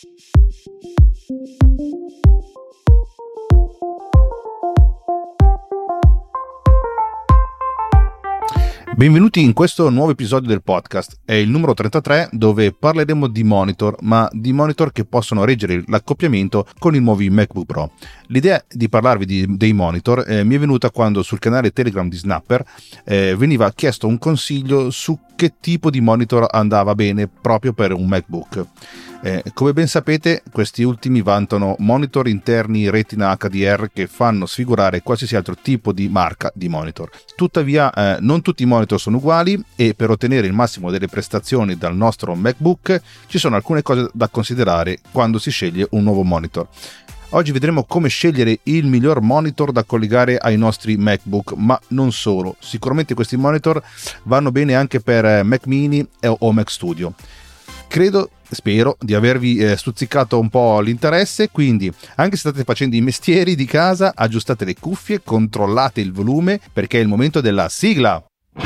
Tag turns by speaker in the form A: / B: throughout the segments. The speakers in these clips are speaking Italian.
A: Benvenuti in questo nuovo episodio del podcast, è il numero 33 dove parleremo di monitor, ma di monitor che possono reggere l'accoppiamento con i nuovi MacBook Pro. L'idea di parlarvi dei monitor mi è venuta quando sul canale Telegram di Snapper veniva chiesto un consiglio su che tipo di monitor andava bene proprio per un MacBook. Come ben sapete, questi ultimi vantano monitor interni Retina HDR che fanno sfigurare qualsiasi altro tipo di marca di monitor. Tuttavia, non tutti i monitor sono uguali e per ottenere il massimo delle prestazioni dal nostro MacBook ci sono alcune cose da considerare quando si sceglie un nuovo monitor. Oggi vedremo come scegliere il miglior monitor da collegare ai nostri MacBook, ma non solo. Sicuramente questi monitor vanno bene anche per Mac Mini o Mac Studio. Spero di avervi stuzzicato un po' l'interesse, quindi anche se state facendo i mestieri di casa, aggiustate le cuffie, controllate il volume perché è il momento della sigla.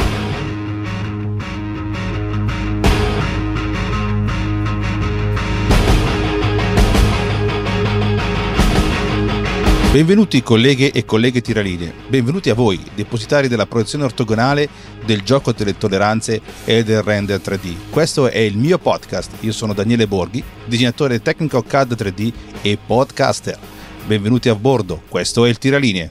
A: Benvenuti colleghe e colleghe tiralinee, benvenuti a voi, depositari della proiezione ortogonale, del gioco delle tolleranze e del render 3D. Questo è il mio podcast, io sono Daniele Borghi, disegnatore tecnico CAD 3D e podcaster. Benvenuti a bordo, questo è il Tiralinee.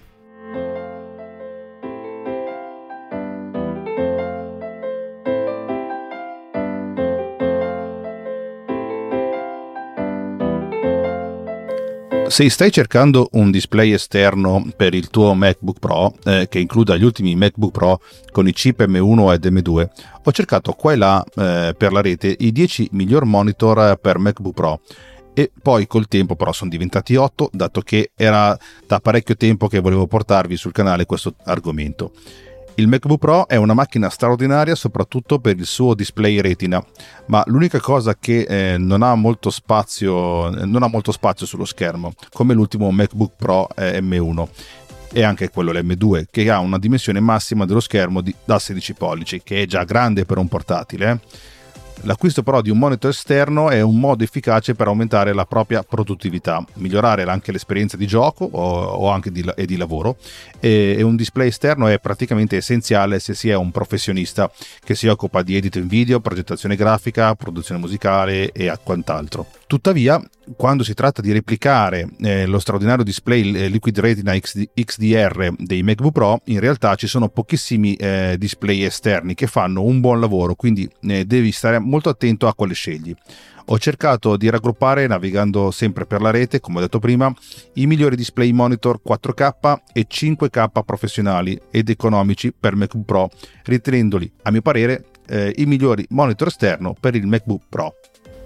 A: Se stai cercando un display esterno per il tuo MacBook Pro, che includa gli ultimi MacBook Pro con i chip M1 ed M2, ho cercato qua e là per la rete i 10 miglior monitor per MacBook Pro e poi col tempo però sono diventati 8, dato che era da parecchio tempo che volevo portarvi sul canale questo argomento. Il MacBook Pro è una macchina straordinaria soprattutto per il suo display Retina, ma l'unica cosa che non ha molto spazio sullo schermo, come l'ultimo MacBook Pro M1 e anche quello l'M2, che ha una dimensione massima dello schermo da 16 pollici, che è già grande per un portatile. L'acquisto però di un monitor esterno è un modo efficace per aumentare la propria produttività, migliorare anche l'esperienza di gioco o anche di lavoro, e un display esterno è praticamente essenziale se si è un professionista che si occupa di editing video, progettazione grafica, produzione musicale e quant'altro. Tuttavia, quando si tratta di replicare lo straordinario display Liquid Retina XDR dei MacBook Pro, in realtà ci sono pochissimi display esterni che fanno un buon lavoro, quindi devi stare molto attento a quale scegli. Ho cercato di raggruppare, navigando sempre per la rete, come ho detto prima, i migliori display monitor 4K e 5K professionali ed economici per MacBook Pro, ritenendoli, a mio parere, i migliori monitor esterno per il MacBook Pro.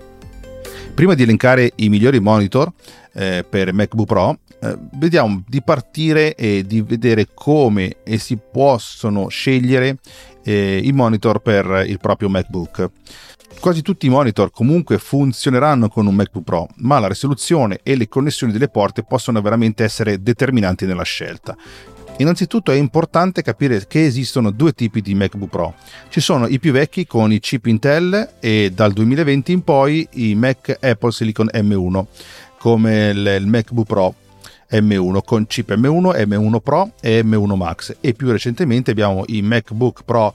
A: Prima di elencare i migliori monitor per MacBook Pro, vediamo di partire e di vedere come si possono scegliere i monitor per il proprio MacBook. Quasi tutti i monitor comunque funzioneranno con un MacBook Pro, ma la risoluzione e le connessioni delle porte possono veramente essere determinanti nella scelta. Innanzitutto è importante capire che esistono due tipi di MacBook Pro. Ci sono i più vecchi con i chip Intel e dal 2020 in poi i Mac Apple Silicon M1, come il MacBook Pro M1 con chip M1, M1 Pro e M1 Max, e più recentemente abbiamo i MacBook Pro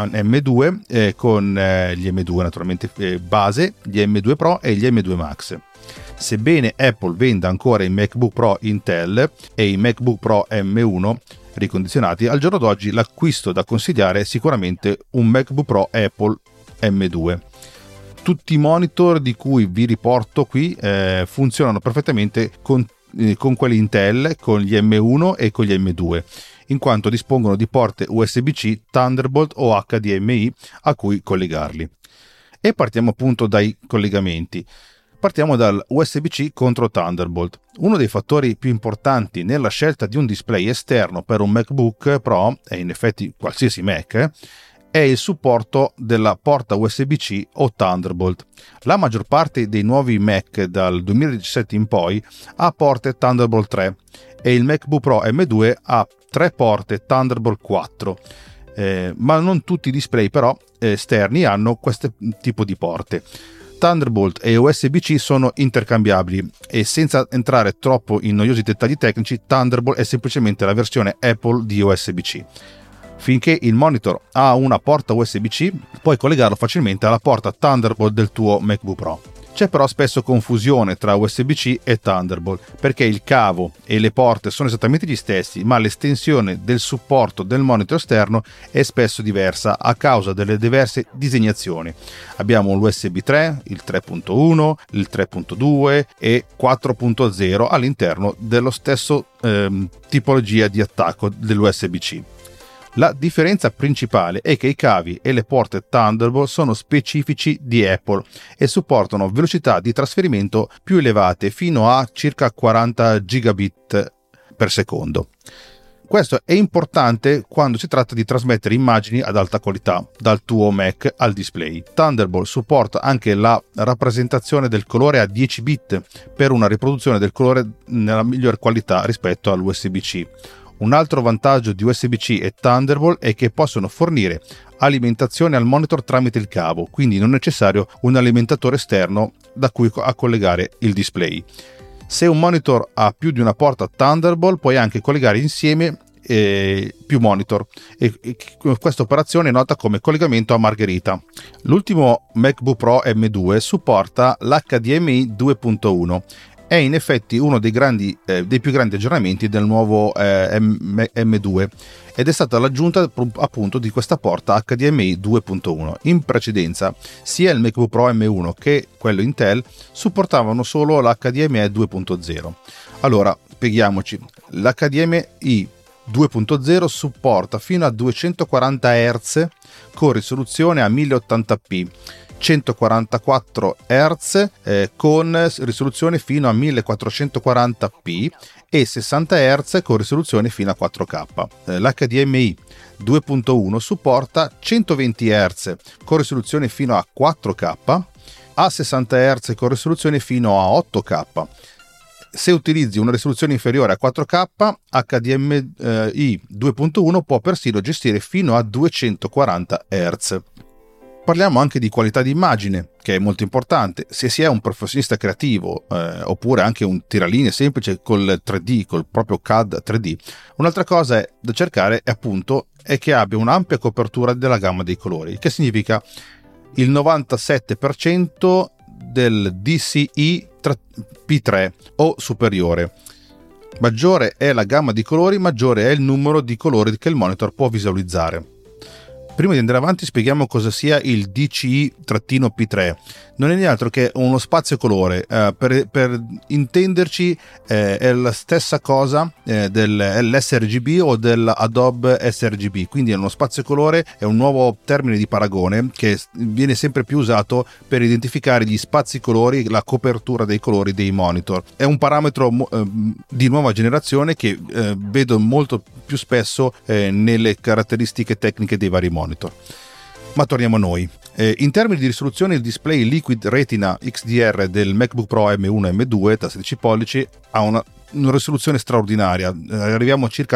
A: M2 con gli M2 naturalmente base, gli M2 Pro e gli M2 Max. Sebbene Apple venda ancora i MacBook Pro Intel e i MacBook Pro M1 ricondizionati, al giorno d'oggi l'acquisto da consigliare è sicuramente un MacBook Pro Apple M2. Tutti i monitor di cui vi riporto qui funzionano perfettamente con quelli Intel, con gli M1 e con gli M2, in quanto dispongono di porte USB-C, Thunderbolt o HDMI a cui collegarli. E partiamo appunto dai collegamenti. Partiamo dal USB-C contro Thunderbolt. Uno dei fattori più importanti nella scelta di un display esterno per un MacBook Pro, e in effetti qualsiasi Mac, è il supporto della porta USB-C o Thunderbolt. La maggior parte dei nuovi Mac dal 2017 in poi ha porte Thunderbolt 3 e il MacBook Pro M2 ha 3 porte Thunderbolt 4, ma non tutti i display però esterni hanno questo tipo di porte. Thunderbolt e USB-C sono intercambiabili e senza entrare troppo in noiosi dettagli tecnici, Thunderbolt è semplicemente la versione Apple di USB-C. Finché il monitor ha una porta USB-C, puoi collegarlo facilmente alla porta Thunderbolt del tuo MacBook Pro. C'è però spesso confusione tra USB-C e Thunderbolt, perché il cavo e le porte sono esattamente gli stessi, ma l'estensione del supporto del monitor esterno è spesso diversa a causa delle diverse disegnazioni. Abbiamo l'USB 3, il 3.1, il 3.2 e 4.0 all'interno dello stesso tipologia di attacco dell'USB-C. La differenza principale è che i cavi e le porte Thunderbolt sono specifici di Apple e supportano velocità di trasferimento più elevate fino a circa 40 gigabit per secondo. Questo è importante quando si tratta di trasmettere immagini ad alta qualità dal tuo Mac al display. Thunderbolt supporta anche la rappresentazione del colore a 10 bit per una riproduzione del colore nella miglior qualità rispetto all'USB-C. Un altro vantaggio di USB-C e Thunderbolt è che possono fornire alimentazione al monitor tramite il cavo, quindi non è necessario un alimentatore esterno da cui a collegare il display. Se un monitor ha più di una porta Thunderbolt, puoi anche collegare insieme più monitor e questa operazione è nota come collegamento a margherita. L'ultimo MacBook Pro M2 supporta l'HDMI 2.1. È in effetti uno dei più grandi aggiornamenti del nuovo M2 ed è stata l'aggiunta appunto di questa porta HDMI 2.1. In precedenza sia il MacBook Pro M1 che quello Intel supportavano solo l'HDMI 2.0. Allora, spieghiamoci, l'HDMI 2.0 supporta fino a 240 Hz con risoluzione a 1080p, 144 Hz con risoluzione fino a 1440p e 60 Hz con risoluzione fino a 4K. L'HDMI 2.1 supporta 120 Hz con risoluzione fino a 4K, a 60 Hz con risoluzione fino a 8K. Se utilizzi una risoluzione inferiore a 4K, HDMI 2.1 può persino gestire fino a 240 Hz. Parliamo anche di qualità di immagine, che è molto importante. Se si è un professionista creativo oppure anche un tiralinee semplice col 3D, col proprio CAD 3D, un'altra cosa da cercare è che abbia un'ampia copertura della gamma dei colori, che significa il 97% del DCI P3 o superiore. Maggiore è la gamma di colori, maggiore è il numero di colori che il monitor può visualizzare. Prima di andare avanti spieghiamo cosa sia il DCI-P3. Non è niente altro che uno spazio colore, per intenderci è la stessa cosa dell'sRGB o dell'Adobe sRGB, quindi è uno spazio colore, è un nuovo termine di paragone che viene sempre più usato per identificare gli spazi colori, la copertura dei colori dei monitor. È un parametro di nuova generazione che vedo molto più spesso nelle caratteristiche tecniche dei vari monitor. Ma torniamo a noi. In termini di risoluzione, il display Liquid Retina XDR del MacBook Pro M1 e M2 da 16 pollici ha una risoluzione straordinaria. Arriviamo a circa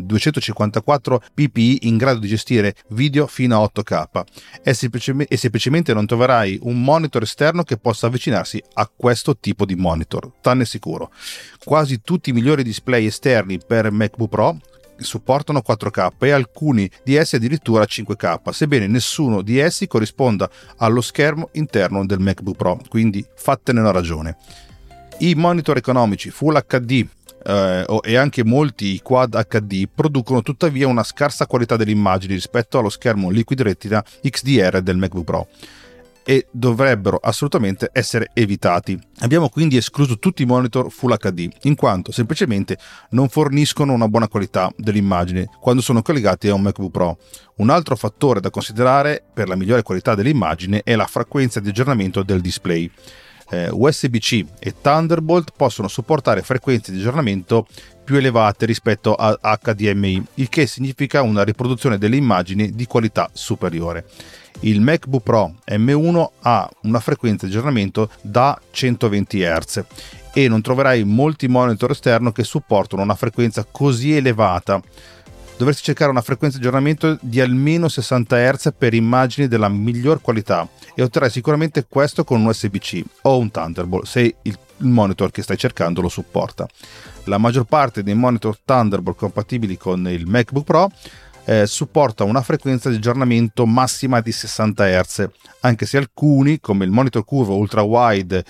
A: 254 ppi in grado di gestire video fino a 8K e semplicemente non troverai un monitor esterno che possa avvicinarsi a questo tipo di monitor, tanne sicuro. Quasi tutti i migliori display esterni per MacBook Pro supportano 4K e alcuni di essi addirittura 5K, sebbene nessuno di essi corrisponda allo schermo interno del MacBook Pro, quindi fattene una ragione. I monitor economici Full HD e anche molti Quad HD producono tuttavia una scarsa qualità delle immagini rispetto allo schermo Liquid Retina XDR del MacBook Pro e dovrebbero assolutamente essere evitati. Abbiamo quindi escluso tutti i monitor Full HD, in quanto semplicemente non forniscono una buona qualità dell'immagine quando sono collegati a un MacBook Pro. Un altro fattore da considerare per la migliore qualità dell'immagine è la frequenza di aggiornamento del display. USB-C e Thunderbolt possono supportare frequenze di aggiornamento più elevate rispetto a HDMI, il che significa una riproduzione delle immagini di qualità superiore. Il MacBook Pro M1 ha una frequenza di aggiornamento da 120 Hz e non troverai molti monitor esterni che supportano una frequenza così elevata. dovresti cercare una frequenza di aggiornamento di almeno 60 Hz per immagini della miglior qualità e otterrai sicuramente questo con un USB-C o un Thunderbolt se il monitor che stai cercando lo supporta. La maggior parte dei monitor Thunderbolt compatibili con il MacBook Pro supporta una frequenza di aggiornamento massima di 60 Hz, anche se alcuni, come il monitor curvo ultra wide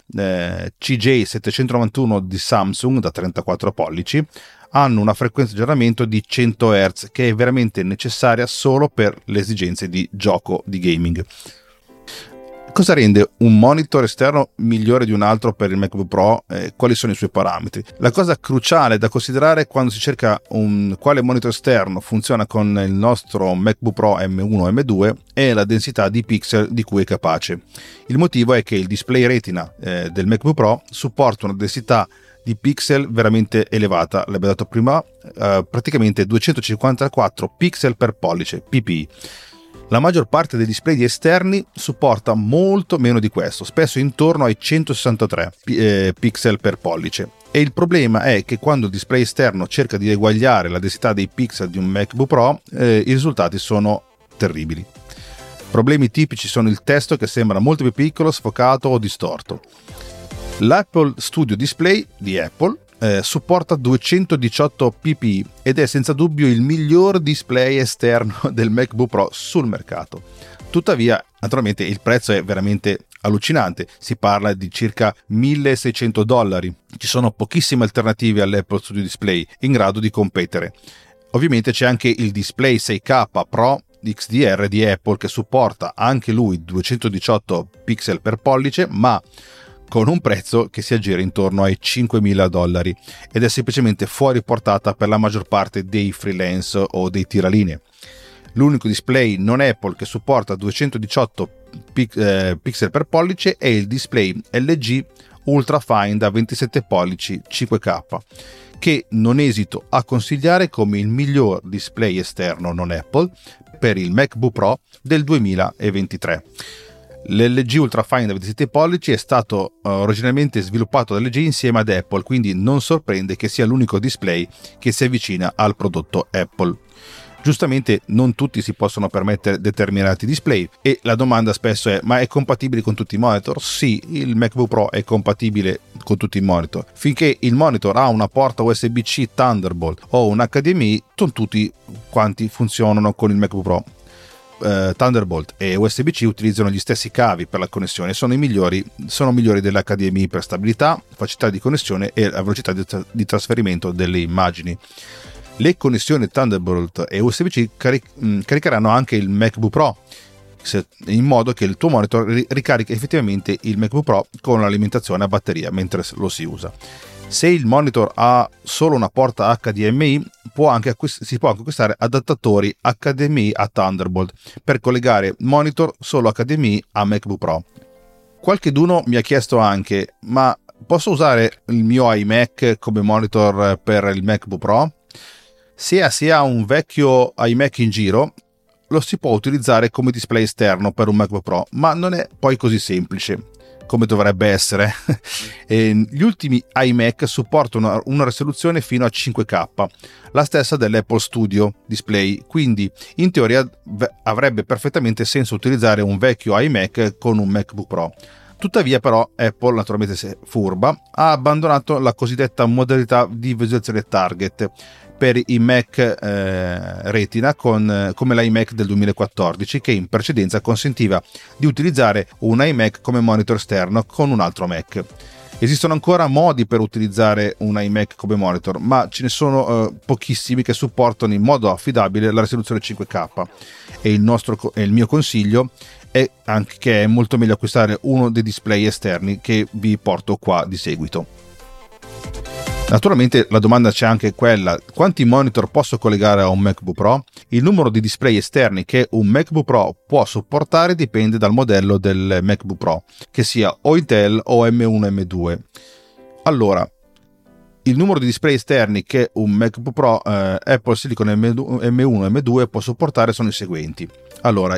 A: CJ791 di Samsung da 34 pollici, hanno una frequenza di aggiornamento di 100 Hz, che è veramente necessaria solo per le esigenze di gioco, di gaming. Cosa rende un monitor esterno migliore di un altro per il MacBook Pro? Quali sono i suoi parametri? La cosa cruciale da considerare quando si cerca quale monitor esterno funziona con il nostro MacBook Pro M1 o M2 è la densità di pixel di cui è capace. Il motivo è che il display Retina del MacBook Pro supporta una densità di pixel veramente elevata, l'abbiamo dato prima, praticamente 254 pixel per pollice, ppi. La maggior parte dei display esterni supporta molto meno di questo, spesso intorno ai 163 pixel per pollice. E il problema è che quando il display esterno cerca di eguagliare la densità dei pixel di un MacBook Pro, i risultati sono terribili. Problemi tipici sono il testo che sembra molto più piccolo, sfocato o distorto. L'Apple Studio Display di Apple supporta 218 ppi ed è senza dubbio il miglior display esterno del MacBook Pro sul mercato. Tuttavia, naturalmente, il prezzo è veramente allucinante, si parla di circa $1.600. Ci sono pochissime alternative all'Apple Studio Display in grado di competere. Ovviamente c'è anche il display 6K Pro XDR di Apple che supporta anche lui 218 pixel per pollice, ma con un prezzo che si aggira intorno ai $5.000 ed è semplicemente fuori portata per la maggior parte dei freelance o dei tiralinee. L'unico display non Apple che supporta 218 pixel per pollice è il display LG Ultra Fine da 27 pollici 5K, che non esito a consigliare come il miglior display esterno non Apple per il MacBook Pro del 2023. L'LG Ultrafine da 27 pollici è stato originalmente sviluppato da LG insieme ad Apple, quindi non sorprende che sia l'unico display che si avvicina al prodotto Apple. Giustamente non tutti si possono permettere determinati display e la domanda spesso è: ma è compatibile con tutti i monitor? Sì, il MacBook Pro è compatibile con tutti i monitor. Finché il monitor ha una porta USB-C Thunderbolt o un HDMI, tutti quanti funzionano con il MacBook Pro. Thunderbolt e USB-C utilizzano gli stessi cavi per la connessione, sono migliori dell'HDMI per stabilità, facilità di connessione e la velocità di trasferimento delle immagini. Le connessioni Thunderbolt e USB-C caricheranno anche il MacBook Pro, in modo che il tuo monitor ricarichi effettivamente il MacBook Pro con l'alimentazione a batteria mentre lo si usa. Se il monitor ha solo una porta HDMI, si può anche acquistare adattatori HDMI a Thunderbolt per collegare monitor solo HDMI a MacBook Pro. Qualcheduno mi ha chiesto anche: ma posso usare il mio iMac come monitor per il MacBook Pro? Se si ha un vecchio iMac in giro, lo si può utilizzare come display esterno per un MacBook Pro, ma non è poi così semplice come dovrebbe essere. Gli ultimi iMac supportano una risoluzione fino a 5K, la stessa dell'Apple Studio Display, quindi in teoria avrebbe perfettamente senso utilizzare un vecchio iMac con un MacBook Pro. Tuttavia però Apple, naturalmente furba, ha abbandonato la cosiddetta modalità di visualizzazione target per i Mac Retina come l'iMac del 2014, che in precedenza consentiva di utilizzare un iMac come monitor esterno con un altro Mac. Esistono ancora modi per utilizzare un iMac come monitor, ma ce ne sono pochissimi che supportano in modo affidabile la risoluzione 5K e il mio consiglio è anche che è molto meglio acquistare uno dei display esterni che vi porto qua di seguito. Naturalmente la domanda c'è anche quella: quanti monitor posso collegare a un MacBook Pro? Il numero di display esterni che un MacBook Pro può supportare dipende dal modello del MacBook Pro, che sia o Intel o M1 M2. Allora, il numero di display esterni che un MacBook Pro Apple Silicon M1 M2 può supportare sono i seguenti. Allora,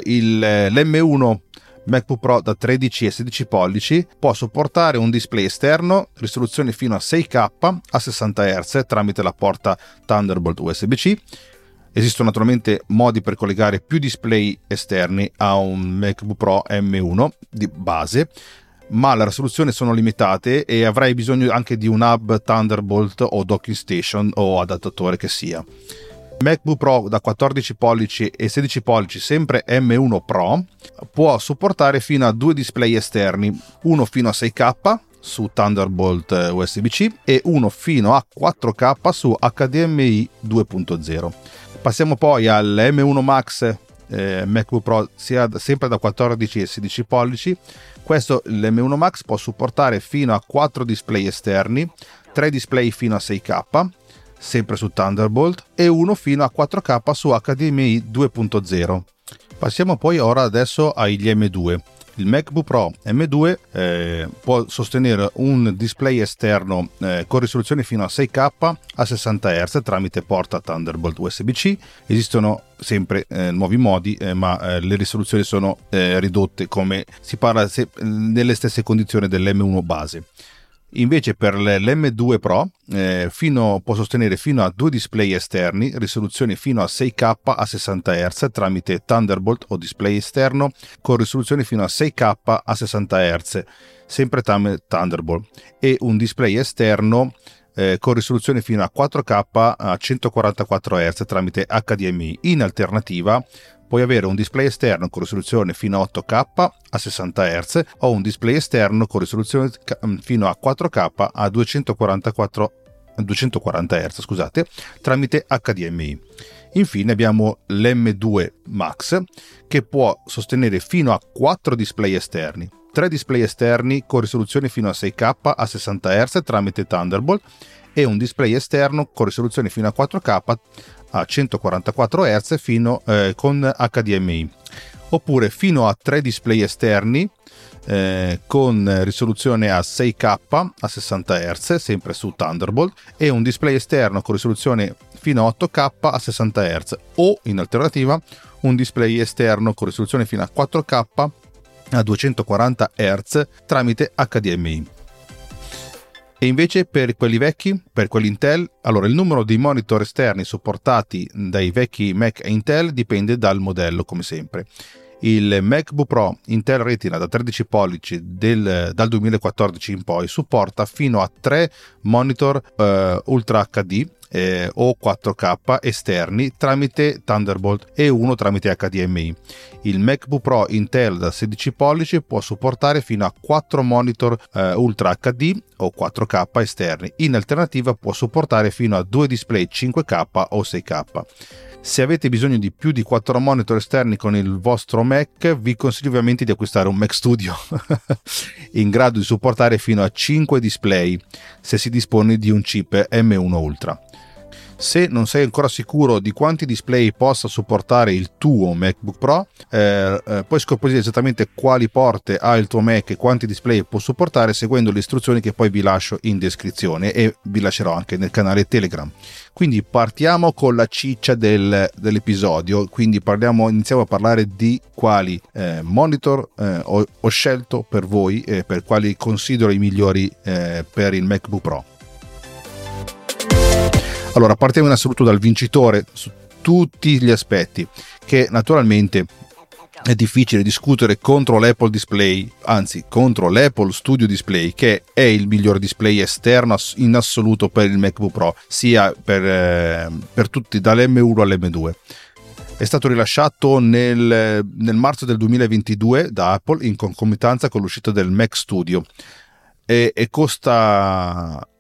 A: l'M1 MacBook Pro da 13 e 16 pollici può supportare un display esterno, risoluzione fino a 6K a 60 Hz tramite la porta Thunderbolt USB-C. Esistono naturalmente modi per collegare più display esterni a un MacBook Pro M1 di base, ma le risoluzioni sono limitate e avrai bisogno anche di un hub Thunderbolt o docking station o adattatore che sia. MacBook Pro da 14 pollici e 16 pollici, sempre M1 Pro, può supportare fino a 2 display esterni, uno fino a 6K su Thunderbolt USB-C e uno fino a 4K su HDMI 2.0. Passiamo poi al M1 Max MacBook Pro sempre da 14 e 16 pollici. Questo, l'M1 Max, può supportare fino a 4 display esterni, 3 display fino a 6K sempre su Thunderbolt e uno fino a 4K su HDMI 2.0. Passiamo poi adesso agli M2. Il MacBook Pro M2 può sostenere un display esterno con risoluzione fino a 6K a 60 Hz tramite porta Thunderbolt USB-C. Esistono sempre nuovi modi, ma le risoluzioni sono ridotte, come si parla nelle stesse condizioni dell'M1 base. Invece per l'M2 Pro può sostenere fino a 2 display esterni, risoluzione fino a 6K a 60 Hz tramite Thunderbolt o display esterno con risoluzione fino a 6K a 60 Hz, sempre tramite Thunderbolt, e un display esterno con risoluzione fino a 4K a 144 Hz tramite HDMI. In alternativa puoi avere un display esterno con risoluzione fino a 8K a 60 Hz o un display esterno con risoluzione fino a 4K a 240 Hz, tramite HDMI. Infine abbiamo l'M2 Max, che può sostenere fino a 4 display esterni, 3 display esterni con risoluzione fino a 6K a 60 Hz tramite Thunderbolt e un display esterno con risoluzione fino a 4K a 144 Hz con HDMI, oppure fino a 3 display esterni con risoluzione a 6K a 60 Hz sempre su Thunderbolt e un display esterno con risoluzione fino a 8K a 60 Hz, o in alternativa un display esterno con risoluzione fino a 4K a 240 Hz tramite HDMI. E invece per quelli vecchi, per quelli Intel, allora il numero di monitor esterni supportati dai vecchi Mac Intel dipende dal modello, come sempre. Il MacBook Pro Intel Retina da 13 pollici dal 2014 in poi supporta fino a 3 monitor Ultra HD o 4K esterni tramite Thunderbolt e uno tramite HDMI. Il MacBook Pro Intel da 16 pollici può supportare fino a 4 monitor Ultra HD o 4K esterni. In alternativa può supportare fino a 2 display 5K o 6K. Se avete bisogno di più di 4 monitor esterni con il vostro Mac, vi consiglio ovviamente di acquistare un Mac Studio in grado di supportare fino a 5 display se si dispone di un chip M1 Ultra. Se non sei ancora sicuro di quanti display possa supportare il tuo MacBook Pro, puoi scoprire esattamente quali porte ha il tuo Mac e quanti display può supportare seguendo le istruzioni che poi vi lascio in descrizione e vi lascerò anche nel canale Telegram. Quindi partiamo con la ciccia dell'episodio. Quindi iniziamo a parlare di quali monitor ho scelto per voi e per quali considero i migliori per il MacBook Pro. Allora, partiamo in assoluto dal vincitore su tutti gli aspetti, che naturalmente è difficile discutere contro l'Apple Display, anzi contro l'Apple Studio Display, che è il miglior display esterno in assoluto per il MacBook Pro, sia per tutti dall'M1 all'M2. È stato rilasciato nel marzo del 2022 da Apple in concomitanza con l'uscita del Mac Studio e costa a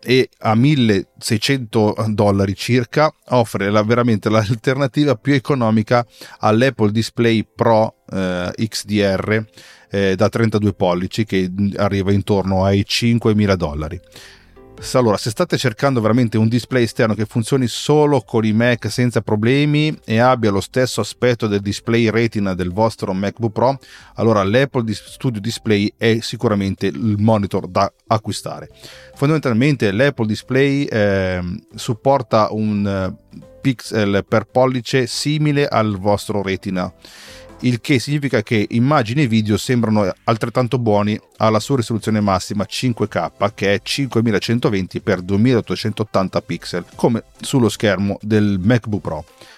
A: $1.600 circa. Offre veramente l'alternativa più economica all'Apple Display Pro XDR da 32 pollici, che arriva intorno ai $5.000. Allora, se state cercando veramente un display esterno che funzioni solo con i Mac senza problemi e abbia lo stesso aspetto del display Retina del vostro MacBook Pro, allora l'Apple Studio Display è sicuramente il monitor da acquistare. Fondamentalmente l'Apple Display supporta un pixel per pollice simile al vostro Retina, il che significa che immagini e video sembrano altrettanto buoni alla sua risoluzione massima 5K, che è 5120 x 2880 pixel, come sullo schermo del MacBook Pro.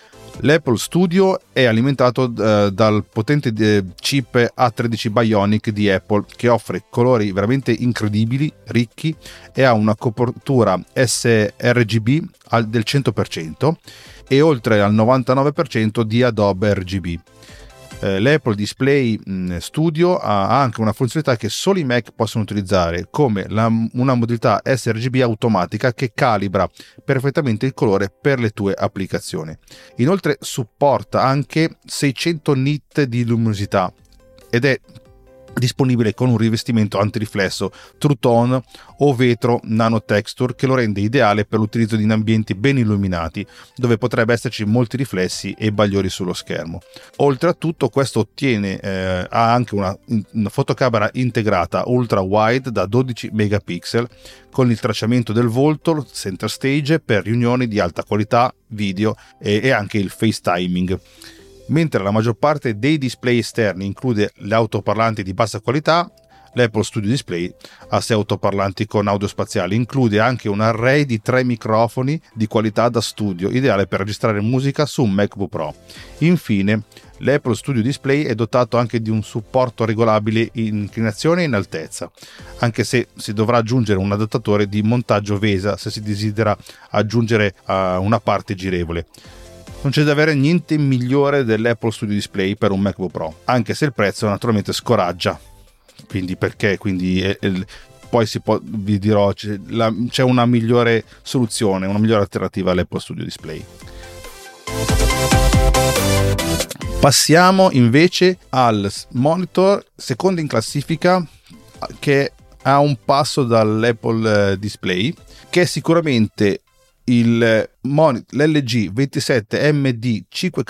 A: L'Apple Studio è alimentato dal potente chip A13 Bionic di Apple, che offre colori veramente incredibili, ricchi, e ha una copertura sRGB del 100% e oltre al 99% di Adobe RGB. L'Apple Display Studio ha anche una funzionalità che solo i Mac possono utilizzare, come una modalità sRGB automatica che calibra perfettamente il colore per le tue applicazioni. Inoltre supporta anche 600 nit di luminosità ed è disponibile con un rivestimento antiriflesso True Tone o vetro nano texture che lo rende ideale per l'utilizzo in ambienti ben illuminati dove potrebbe esserci molti riflessi e bagliori sullo schermo. Oltre a tutto, questo ottiene ha anche una fotocamera integrata ultra wide da 12 megapixel con il tracciamento del volto, center stage per riunioni di alta qualità video e anche il FaceTiming. Mentre la maggior parte dei display esterni include gli autoparlanti di bassa qualità, l'Apple Studio Display ha 6 autoparlanti con audio spaziale, include anche un array di 3 microfoni di qualità da studio, ideale per registrare musica su un MacBook Pro. Infine, l'Apple Studio Display è dotato anche di un supporto regolabile in inclinazione e in altezza, anche se si dovrà aggiungere un adattatore di montaggio VESA se si desidera aggiungere una parte girevole. Non c'è da avere niente migliore dell'Apple Studio Display per un MacBook Pro, anche se il prezzo naturalmente scoraggia. Poi vi dirò, c'è una migliore soluzione, una migliore alternativa all'Apple Studio Display. Passiamo invece al monitor secondo in classifica, che ha un passo dall'Apple Display, che è sicuramente l'LG 27MD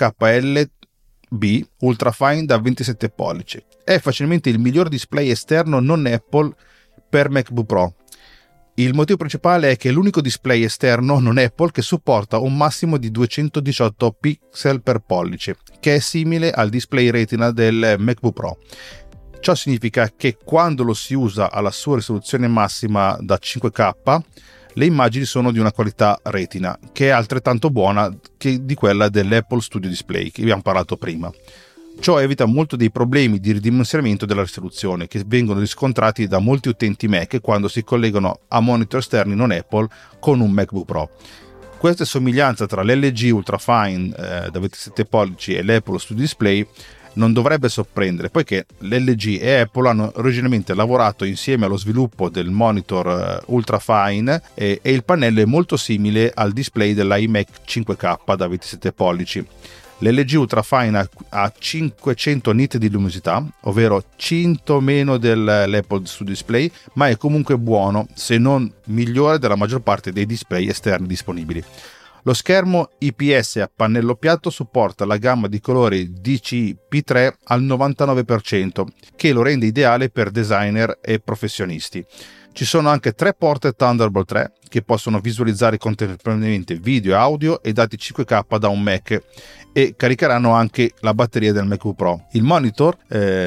A: 5KL-B Ultrafine da 27 pollici. È facilmente il miglior display esterno non Apple per MacBook Pro. Il motivo principale è che è l'unico display esterno non Apple che supporta un massimo di 218 pixel per pollice, che è simile al display Retina del MacBook Pro. Ciò significa che quando lo si usa alla sua risoluzione massima da 5K, le immagini sono di una qualità Retina, che è altrettanto buona di quella dell'Apple Studio Display, che abbiamo parlato prima. Ciò evita molto dei problemi di ridimensionamento della risoluzione che vengono riscontrati da molti utenti Mac quando si collegano a monitor esterni non Apple con un MacBook Pro. Questa somiglianza tra l'LG Ultrafine da 27 pollici e l'Apple Studio Display non dovrebbe sorprendere, poiché l'LG e Apple hanno originariamente lavorato insieme allo sviluppo del monitor Ultrafine e il pannello è molto simile al display dell'iMac 5K da 27 pollici. L'LG Ultrafine ha 500 nit di luminosità, ovvero 100 meno dell'Apple Studio Display, ma è comunque buono, se non migliore della maggior parte dei display esterni disponibili. Lo schermo IPS a pannello piatto supporta la gamma di colori DCI-P3 al 99%, che lo rende ideale per designer e professionisti. Ci sono anche 3 porte Thunderbolt 3 che possono visualizzare contemporaneamente video e audio e dati 5K da un Mac e caricheranno anche la batteria del MacBook Pro. Il monitor,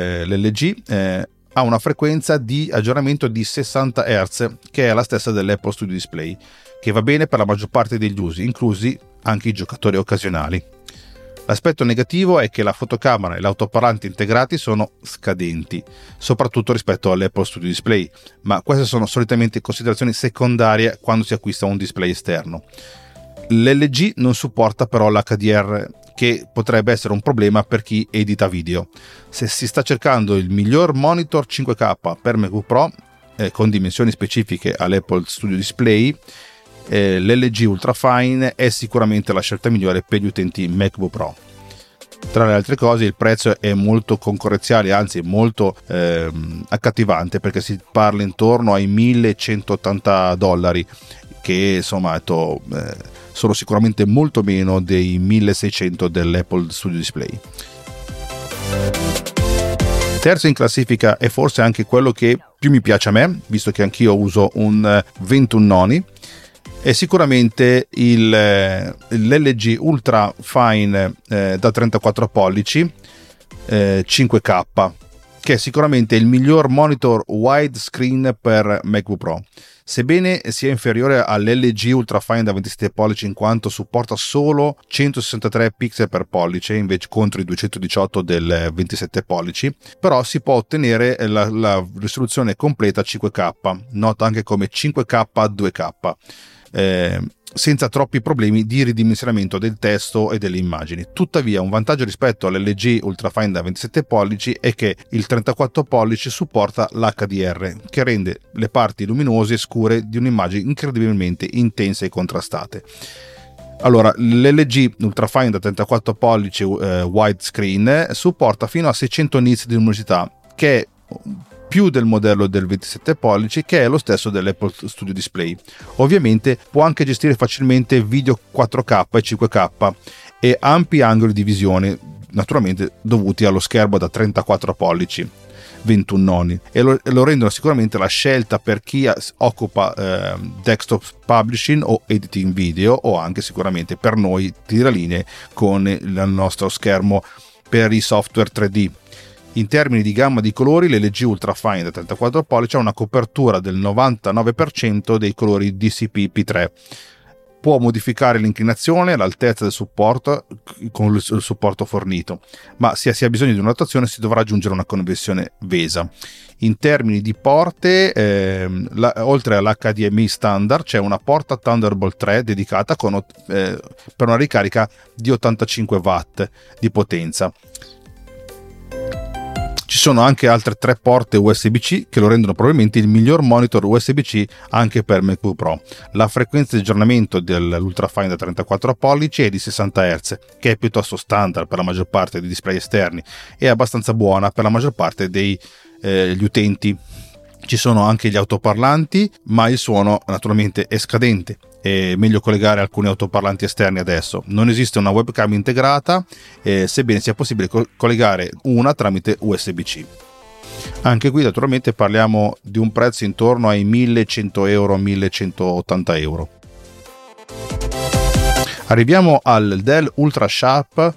A: l'LG, ha una frequenza di aggiornamento di 60 Hz, che è la stessa dell'Apple Studio Display, che va bene per la maggior parte degli usi, inclusi anche i giocatori occasionali. L'aspetto negativo è che la fotocamera e l'autoparlante integrati sono scadenti, soprattutto rispetto all'Apple Studio Display, ma queste sono solitamente considerazioni secondarie quando si acquista un display esterno. L'LG non supporta però l'HDR, che potrebbe essere un problema per chi edita video. Se si sta cercando il miglior monitor 5K per MacBook Pro, con dimensioni specifiche all'Apple Studio Display, l'LG Ultrafine è sicuramente la scelta migliore per gli utenti MacBook Pro. Tra le altre cose, il prezzo è molto concorrenziale, anzi molto accattivante, perché si parla intorno ai $1.180, che insomma sono sicuramente molto meno dei 1.600 dell'Apple Studio Display. Terzo in classifica è forse anche quello che più mi piace a me, visto che anch'io uso un 21 noni, è sicuramente l'LG Ultrafine da 34 pollici 5K, che è sicuramente il miglior monitor widescreen per MacBook Pro. Sebbene sia inferiore all'LG Ultrafine da 27 pollici in quanto supporta solo 163 pixel per pollice invece contro i 218 del 27 pollici, però si può ottenere la risoluzione completa 5K, nota anche come 5K 2K, senza troppi problemi di ridimensionamento del testo e delle immagini. Tuttavia, un vantaggio rispetto all'LG Ultrafine da 27 pollici è che il 34 pollici supporta l'HDR, che rende le parti luminose e scure di un'immagine incredibilmente intense e contrastate. Allora, l'LG Ultrafine da 34 pollici widescreen supporta fino a 600 nits di luminosità, che è più del modello del 27 pollici, che è lo stesso dell'Apple Studio Display. Ovviamente può anche gestire facilmente video 4K e 5K e ampi angoli di visione, naturalmente dovuti allo schermo da 34 pollici 21 noni, e lo rendono sicuramente la scelta per chi occupa desktop publishing o editing video, o anche sicuramente per noi tiralinee con il nostro schermo per i software 3D. In termini di gamma di colori, l'LG Ultrafine da 34 pollici ha una copertura del 99% dei colori DCP P3. Può modificare l'inclinazione, l'altezza del supporto con il supporto fornito, ma se si ha bisogno di una rotazione si dovrà aggiungere una connessione VESA. In termini di porte, oltre all'HDMI standard c'è una porta Thunderbolt 3 dedicata per una ricarica di 85 watt di potenza. Ci sono anche altre 3 porte USB-C che lo rendono probabilmente il miglior monitor USB-C anche per MacBook Pro. La frequenza di aggiornamento dell'Ultrafine da 34 pollici è di 60 Hz, che è piuttosto standard per la maggior parte dei display esterni e abbastanza buona per la maggior parte degli utenti. Ci sono anche gli autoparlanti, ma il suono naturalmente è scadente. È meglio collegare alcuni autoparlanti esterni adesso. Non esiste una webcam integrata, sebbene sia possibile collegare una tramite USB-C. Anche qui naturalmente parliamo di un prezzo intorno ai 1100 euro, 1180 euro. Arriviamo al Dell Ultrasharp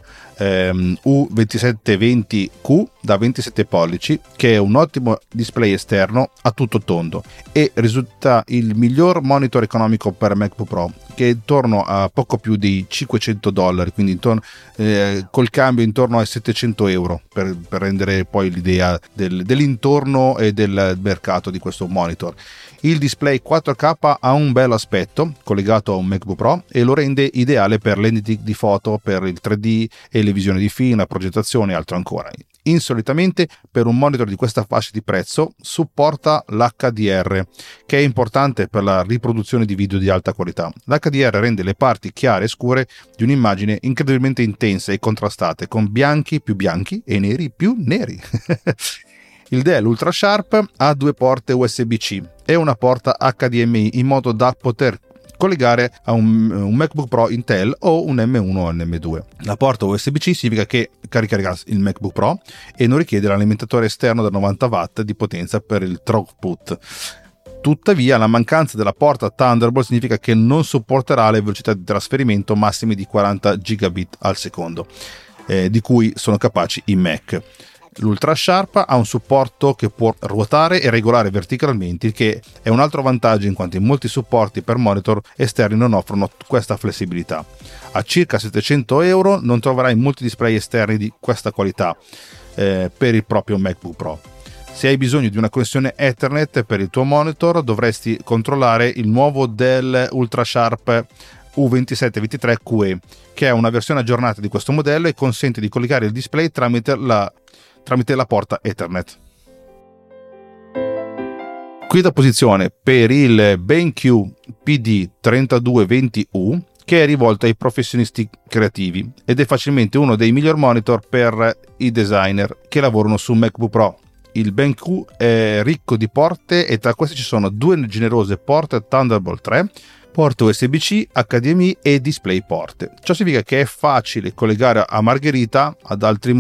A: U2720Q da 27 pollici, che è un ottimo display esterno a tutto tondo e risulta il miglior monitor economico per MacBook Pro, che è intorno a poco più di $500, quindi col cambio intorno ai 700 euro, per rendere poi l'idea dell'intorno e del mercato di questo monitor. Il display 4K ha un bel aspetto collegato a un MacBook Pro e lo rende ideale per l'editing di foto, per il 3D e le visioni di film, la progettazione e altro ancora. Insolitamente per un monitor di questa fascia di prezzo supporta l'HDR, che è importante per la riproduzione di video di alta qualità. L'HDR rende le parti chiare e scure di un'immagine incredibilmente intense e contrastate, con bianchi più bianchi e neri più neri. Il Dell Ultrasharp ha 2 porte USB-C e una porta HDMI in modo da poter collegare a un MacBook Pro Intel o un M1 o un M2. La porta USB-C significa che caricherà il MacBook Pro e non richiede l'alimentatore esterno da 90 watt di potenza per il throughput. Tuttavia, la mancanza della porta Thunderbolt significa che non supporterà le velocità di trasferimento massime di 40 gigabit al secondo, di cui sono capaci i Mac. L'Ultrasharp ha un supporto che può ruotare e regolare verticalmente, il che è un altro vantaggio in quanto in molti supporti per monitor esterni non offrono questa flessibilità. A circa 700 euro non troverai molti display esterni di questa qualità per il proprio MacBook Pro. Se hai bisogno di una connessione Ethernet per il tuo monitor, dovresti controllare il nuovo Dell Ultrasharp U2723QE, che è una versione aggiornata di questo modello e consente di collegare il display tramite la porta Ethernet. Quinta posizione per il BenQ PD3220U, che è rivolto ai professionisti creativi ed è facilmente uno dei miglior monitor per i designer che lavorano su MacBook Pro. Il BenQ è ricco di porte e tra queste ci sono 2 generose porte Thunderbolt 3, porte USB-C, HDMI e DisplayPort. Ciò significa che è facile collegare a margherita ad altri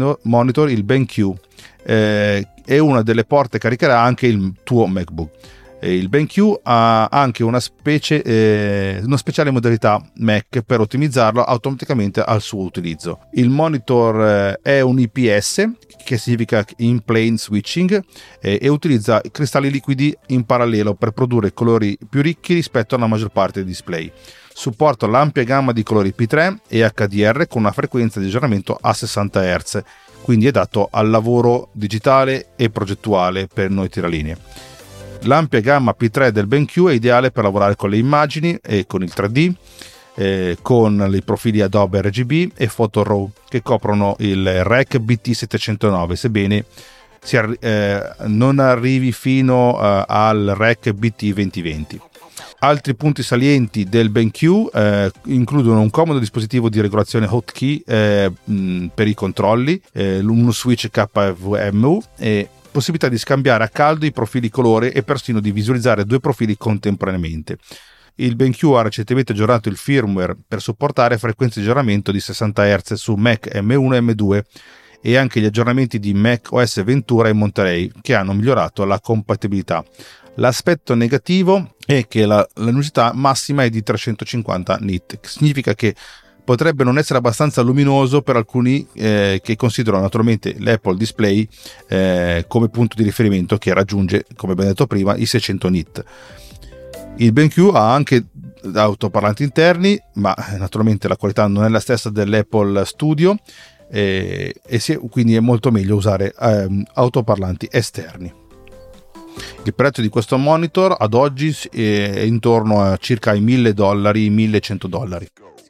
A: monitor il BenQ e una delle porte caricherà anche il tuo MacBook. Il BenQ ha anche una speciale modalità Mac per ottimizzarlo automaticamente al suo utilizzo. Il monitor è un IPS, che significa in plane switching, e utilizza cristalli liquidi in parallelo per produrre colori più ricchi rispetto alla maggior parte dei display. Supporta l'ampia gamma di colori P3 e HDR con una frequenza di aggiornamento a 60 Hz, quindi è adatto al lavoro digitale e progettuale per noi tiralinee. L'ampia gamma P3 del BenQ è ideale per lavorare con le immagini e con il 3D, con i profili Adobe RGB e Photo RAW che coprono il REC BT709, sebbene non arrivi fino al REC BT2020. Altri punti salienti del BenQ includono un comodo dispositivo di regolazione hotkey per i controlli, uno switch KVMU e possibilità di scambiare a caldo i profili colore e persino di visualizzare due profili contemporaneamente. Il BenQ ha recentemente aggiornato il firmware per supportare frequenze di aggiornamento di 60 Hz su Mac M1 e M2 e anche gli aggiornamenti di Mac OS Ventura e Monterey che hanno migliorato la compatibilità. L'aspetto negativo è che la luminosità massima è di 350 nit, significa che potrebbe non essere abbastanza luminoso per alcuni che considerano naturalmente l'Apple Display come punto di riferimento che raggiunge, come abbiamo detto prima, i 600 nit. Il BenQ ha anche autoparlanti interni, ma naturalmente la qualità non è la stessa dell'Apple Studio quindi è molto meglio usare autoparlanti esterni. Il prezzo di questo monitor ad oggi è intorno a circa i $1.000, $1.100.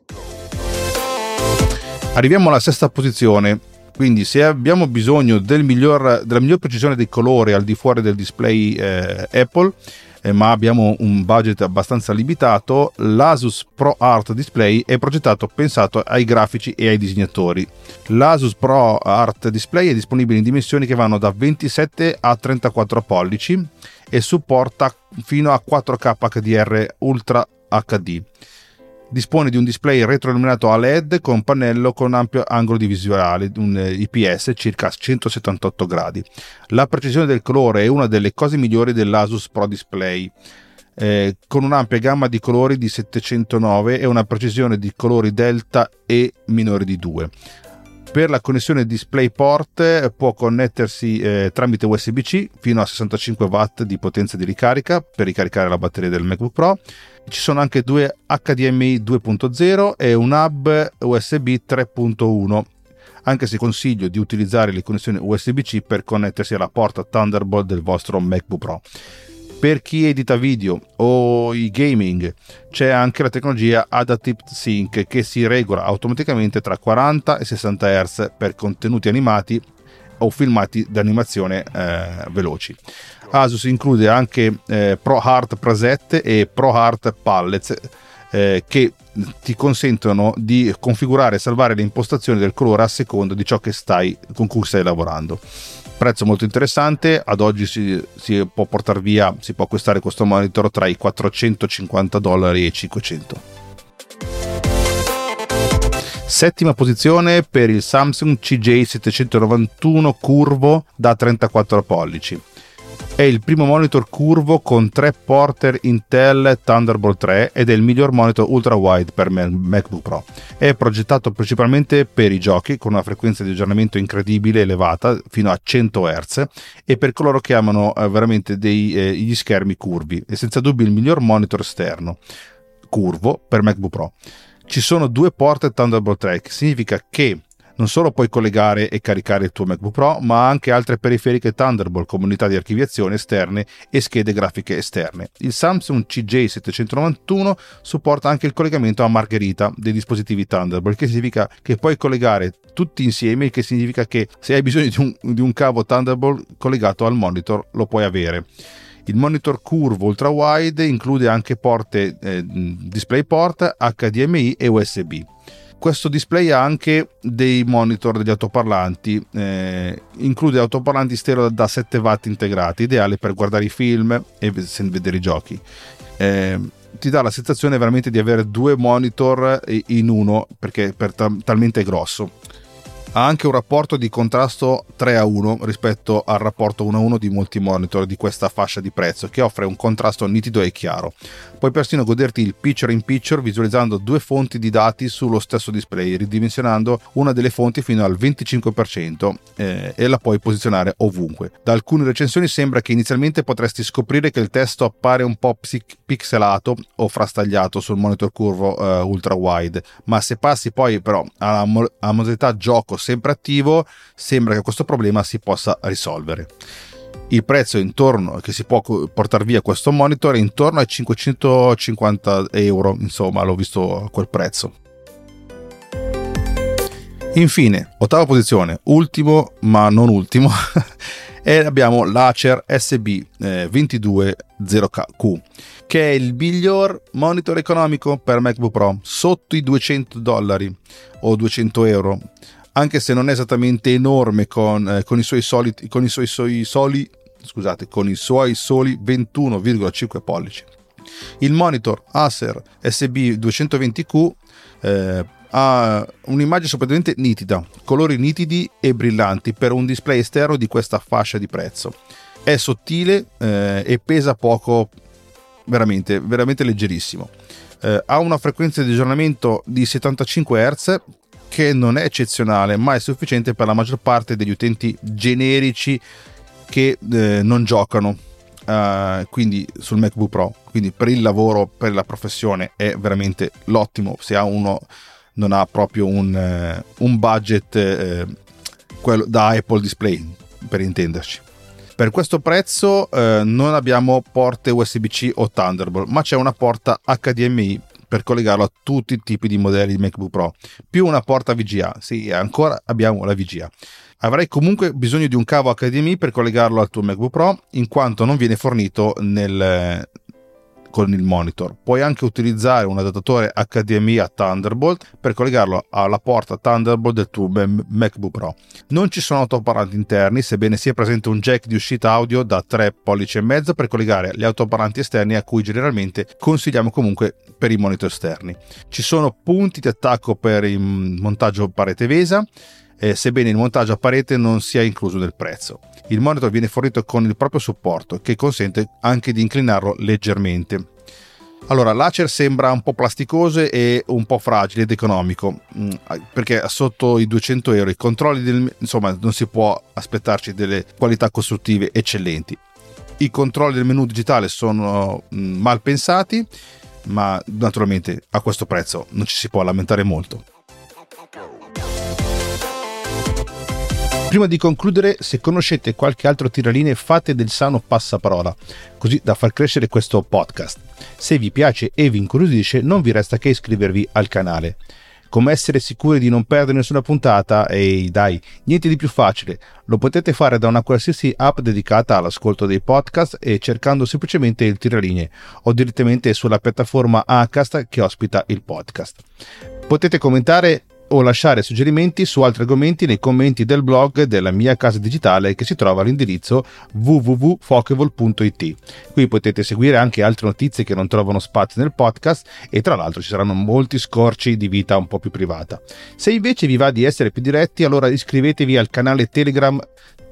A: Arriviamo alla sesta posizione, quindi se abbiamo bisogno della miglior precisione dei colori al di fuori del display Apple, ma abbiamo un budget abbastanza limitato, l'Asus ProArt Display è pensato ai grafici e ai disegnatori. L'Asus ProArt Display è disponibile in dimensioni che vanno da 27 a 34 pollici e supporta fino a 4K HDR Ultra HD. Dispone di un display retroilluminato a LED con pannello con ampio angolo di visuale, un IPS circa 178 gradi. La precisione del colore è una delle cose migliori dell'Asus Pro Display, con un'ampia gamma di colori di 709 e una precisione di colori delta E minore di 2. Per la connessione DisplayPort può connettersi tramite USB-C fino a 65 watt di potenza di ricarica per ricaricare la batteria del MacBook Pro. Ci sono anche due HDMI 2.0 e un hub USB 3.1, anche se consiglio di utilizzare le connessioni USB-C per connettersi alla porta Thunderbolt del vostro MacBook Pro. Per chi edita video o i gaming c'è anche la tecnologia Adaptive Sync che si regola automaticamente tra 40 e 60 Hz per contenuti animati o filmati d'animazione veloci. Asus include anche ProArt Preset e ProArt Palettes che ti consentono di configurare e salvare le impostazioni del colore a seconda di ciò con cui stai lavorando. Prezzo molto interessante, ad oggi si può portare via, si può acquistare questo monitor tra i $450 e i $500. Settima posizione per il Samsung CJ791 curvo da 34 pollici. È il primo monitor curvo con 3 porter Intel Thunderbolt 3 ed è il miglior monitor ultra wide per MacBook Pro. È progettato principalmente per i giochi con una frequenza di aggiornamento incredibile elevata fino a 100 Hz e per coloro che amano veramente gli schermi curvi. È senza dubbio il miglior monitor esterno curvo per MacBook Pro. Ci sono 2 porte Thunderbolt 3, che significa che non solo puoi collegare e caricare il tuo MacBook Pro, ma anche altre periferiche Thunderbolt come unità di archiviazione esterne e schede grafiche esterne. Il Samsung CJ791 supporta anche il collegamento a margherita dei dispositivi Thunderbolt, che significa che puoi collegare tutti insieme, il che significa che se hai bisogno di un cavo Thunderbolt collegato al monitor lo puoi avere. Il monitor curvo ultra wide include anche porte DisplayPort, HDMI e USB. Questo display ha anche dei monitor degli altoparlanti, include autoparlanti stereo da 7 watt integrati, ideale per guardare i film e vedere i giochi. Ti dà la sensazione veramente di avere 2 monitor in uno, perché talmente è grosso. Ha anche un rapporto di contrasto 3:1 rispetto al rapporto 1:1 di molti monitor di questa fascia di prezzo, che offre un contrasto nitido e chiaro. Puoi persino goderti il picture in picture visualizzando due fonti di dati sullo stesso display, ridimensionando una delle fonti fino al 25% e la puoi posizionare ovunque. Da alcune recensioni sembra che inizialmente potresti scoprire che il testo appare un po' pixelato o frastagliato sul monitor curvo ultra wide, ma se passi poi però alla modalità gioco sempre attivo, sembra che questo problema si possa risolvere. Il prezzo intorno che si può portare via questo monitor è intorno ai 550 euro, insomma l'ho visto a quel prezzo. Infine, ottava posizione, ultimo ma non ultimo, e abbiamo l'Acer SB2200Q, che è il miglior monitor economico per MacBook Pro, sotto i $200 o 200 euro, anche se non è esattamente enorme con i suoi soli 21,5 pollici. Il monitor Acer SB220Q ha un'immagine sorprendentemente nitida, colori nitidi e brillanti per un display esterno di questa fascia di prezzo. È sottile e pesa poco, veramente leggerissimo. Ha una frequenza di aggiornamento di 75 Hz, che non è eccezionale, ma è sufficiente per la maggior parte degli utenti generici che non giocano, quindi sul MacBook Pro. Quindi per il lavoro, per la professione è veramente l'ottimo, se uno non ha proprio un budget quello da Apple Display, per intenderci. Per questo prezzo non abbiamo porte USB-C o Thunderbolt, ma c'è una porta HDMI per collegarlo a tutti i tipi di modelli di MacBook Pro, più una porta VGA. Sì, ancora abbiamo la VGA. Avrai comunque bisogno di un cavo HDMI per collegarlo al tuo MacBook Pro, in quanto non viene fornito con il monitor. Puoi anche utilizzare un adattatore HDMI a Thunderbolt per collegarlo alla porta Thunderbolt del tuo MacBook Pro. Non ci sono altoparlanti interni, sebbene sia presente un jack di uscita audio da 3,5 pollici per collegare gli altoparlanti esterni, a cui generalmente consigliamo comunque per i monitor esterni. Ci sono punti di attacco per il montaggio parete VESA, sebbene il montaggio a parete non sia incluso nel prezzo. Il monitor viene fornito con il proprio supporto, che consente anche di inclinarlo leggermente. Allora, l'Acer sembra un po' plasticoso e un po' fragile ed economico, perché sotto i 200 euro i controlli insomma non si può aspettarci delle qualità costruttive eccellenti. I controlli del menu digitale sono mal pensati, ma naturalmente a questo prezzo non ci si può lamentare molto. Prima di concludere, se conoscete qualche altro tiralinee, fate del sano passaparola, così da far crescere questo podcast. Se vi piace e vi incuriosisce, non vi resta che iscrivervi al canale. Come essere sicuri di non perdere nessuna puntata? Ehi, dai, niente di più facile. Lo potete fare da una qualsiasi app dedicata all'ascolto dei podcast e cercando semplicemente il tiralinee, o direttamente sulla piattaforma Acast che ospita il podcast. Potete commentare o lasciare suggerimenti su altri argomenti nei commenti del blog della mia casa digitale, che si trova all'indirizzo www.fokevol.it. Qui potete seguire anche altre notizie che non trovano spazio nel podcast, e tra l'altro ci saranno molti scorci di vita un po' più privata. Se invece vi va di essere più diretti, allora iscrivetevi al canale Telegram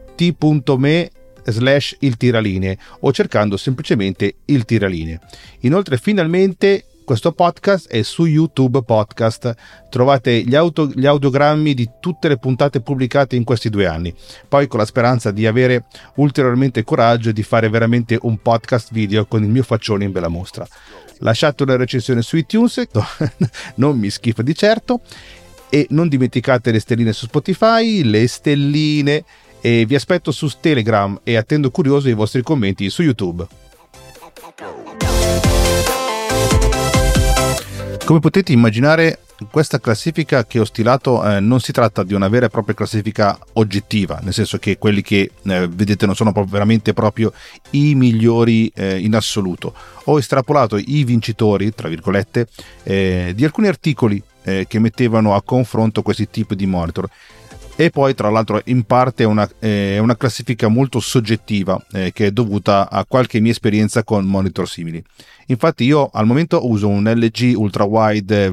A: t.me/il tiralinee, o cercando semplicemente il tiralinee. Inoltre, finalmente questo podcast è su YouTube Podcast. Trovate gli audiogrammi di tutte le puntate pubblicate in questi 2 anni. Poi, con la speranza di avere ulteriormente coraggio di fare veramente un podcast video con il mio faccione in bella mostra. Lasciate una recensione su iTunes, non mi schifo di certo, e non dimenticate le stelline su Spotify, le stelline, e vi aspetto su Telegram e attendo curioso i vostri commenti su YouTube. Come potete immaginare, questa classifica che ho stilato non si tratta di una vera e propria classifica oggettiva, nel senso che quelli che vedete non sono veramente proprio i migliori in assoluto. Ho estrapolato i vincitori, tra virgolette, di alcuni articoli che mettevano a confronto questi tipi di monitor. E poi tra l'altro in parte è una classifica molto soggettiva che è dovuta a qualche mia esperienza con monitor simili. Infatti io al momento uso un LG ultrawide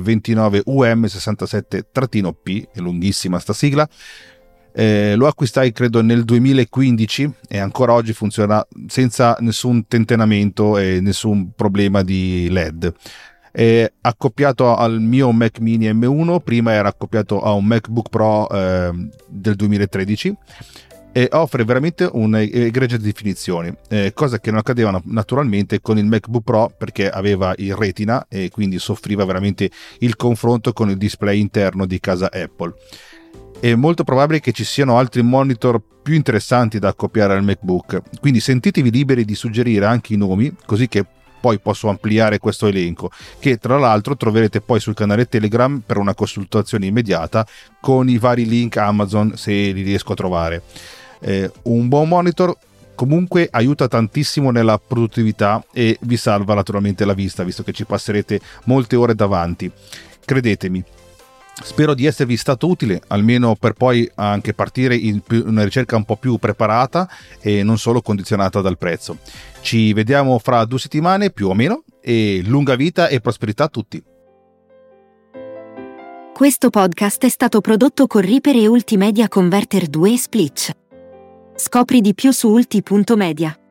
A: 29UM67-P, è lunghissima sta sigla. Lo acquistai credo nel 2015 e ancora oggi funziona senza nessun tentennamento e nessun problema di LED. È accoppiato al mio Mac Mini M1, prima era accoppiato a un MacBook Pro del 2013 e offre veramente un'egregia definizione, cosa che non accadeva naturalmente con il MacBook Pro perché aveva il Retina e quindi soffriva veramente il confronto con il display interno di casa Apple. È molto probabile che ci siano altri monitor più interessanti da accoppiare al MacBook, quindi sentitevi liberi di suggerire anche i nomi, così che poi posso ampliare questo elenco, che tra l'altro troverete poi sul canale Telegram per una consultazione immediata con i vari link Amazon se li riesco a trovare. Un buon monitor comunque aiuta tantissimo nella produttività e vi salva naturalmente la vista, visto che ci passerete molte ore davanti. Credetemi. Spero di esservi stato utile, almeno per poi anche partire in una ricerca un po' più preparata e non solo condizionata dal prezzo. Ci vediamo fra 2 settimane più o meno e lunga vita e prosperità a tutti.
B: Questo podcast è stato prodotto con Reaper e Ultimedia Converter 2 Splitch. Scopri di più su ulti.media.